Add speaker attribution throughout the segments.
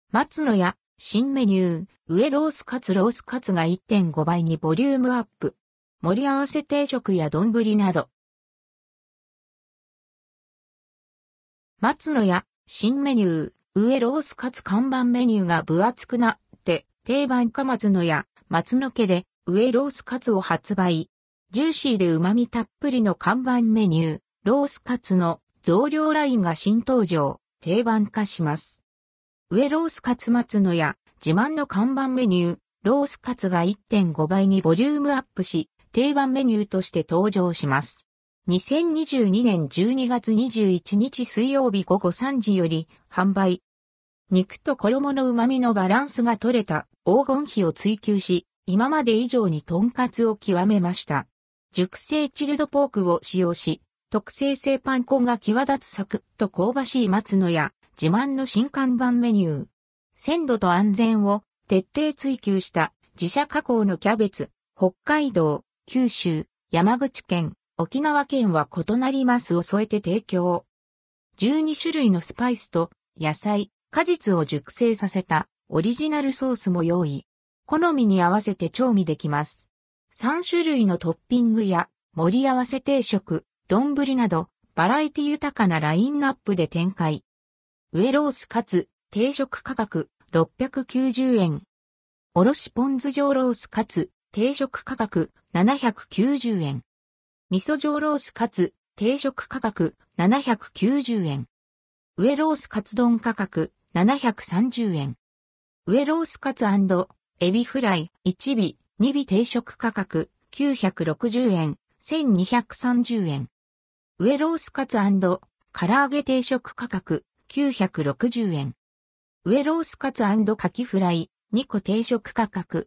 Speaker 1: 松野屋、新メニュー、上ロースカツが 1.5 倍にボリュームアップ。盛り合わせ定食や丼など。松野屋、新メニュー、上ロースカツ看板メニューが分厚くなって、定番か松野屋、松野家で上ロースカツを発売。ジューシーで旨味たっぷりの看板メニュー、ロースカツの増量ラインが新登場、定番化します。上ロースカツ松野屋、自慢の看板メニュー、ロースカツが 1.5 倍にボリュームアップし、定番メニューとして登場します。2022年12月21日水曜日午後3時より販売。肉と衣の旨味のバランスが取れた黄金比を追求し、今まで以上にトンカツを極めました。熟成チルドポークを使用し、特製製パン粉が際立つサクッと香ばしい松野屋、自慢の新看板メニュー。鮮度と安全を徹底追求した自社加工のキャベツ、北海道、九州、山口県、沖縄県は異なりますを添えて提供。12種類のスパイスと野菜、果実を熟成させたオリジナルソースも用意。好みに合わせて調味できます。3種類のトッピングや盛り合わせ定食、丼などバラエティ豊かなラインナップで展開。上ロースカツ、定食価格690円。おろしポン酢上ロースカツ、定食価格790円。味噌上ロースカツ、定食価格790円。上ロースカツ丼価格730円。上ロースカツ&エビフライ1尾、2尾定食価格960円、1230円。上ロースカツ&唐揚げ定食価格960円。上ロースカツ&カキフライ2個定食価格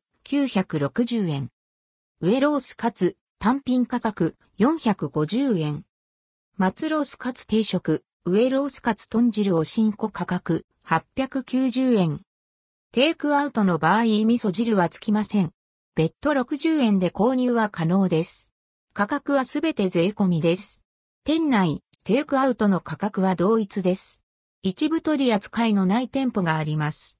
Speaker 1: 960円。上ロースカツ単品価格450円。松ロースカツ定食、上ロースカツ豚汁おしんこ価格890円。テイクアウトの場合味噌汁はつきません。別途60円で購入は可能です。価格はすべて税込みです。店内、テイクアウトの価格は同一です。一部取り扱いのない店舗があります。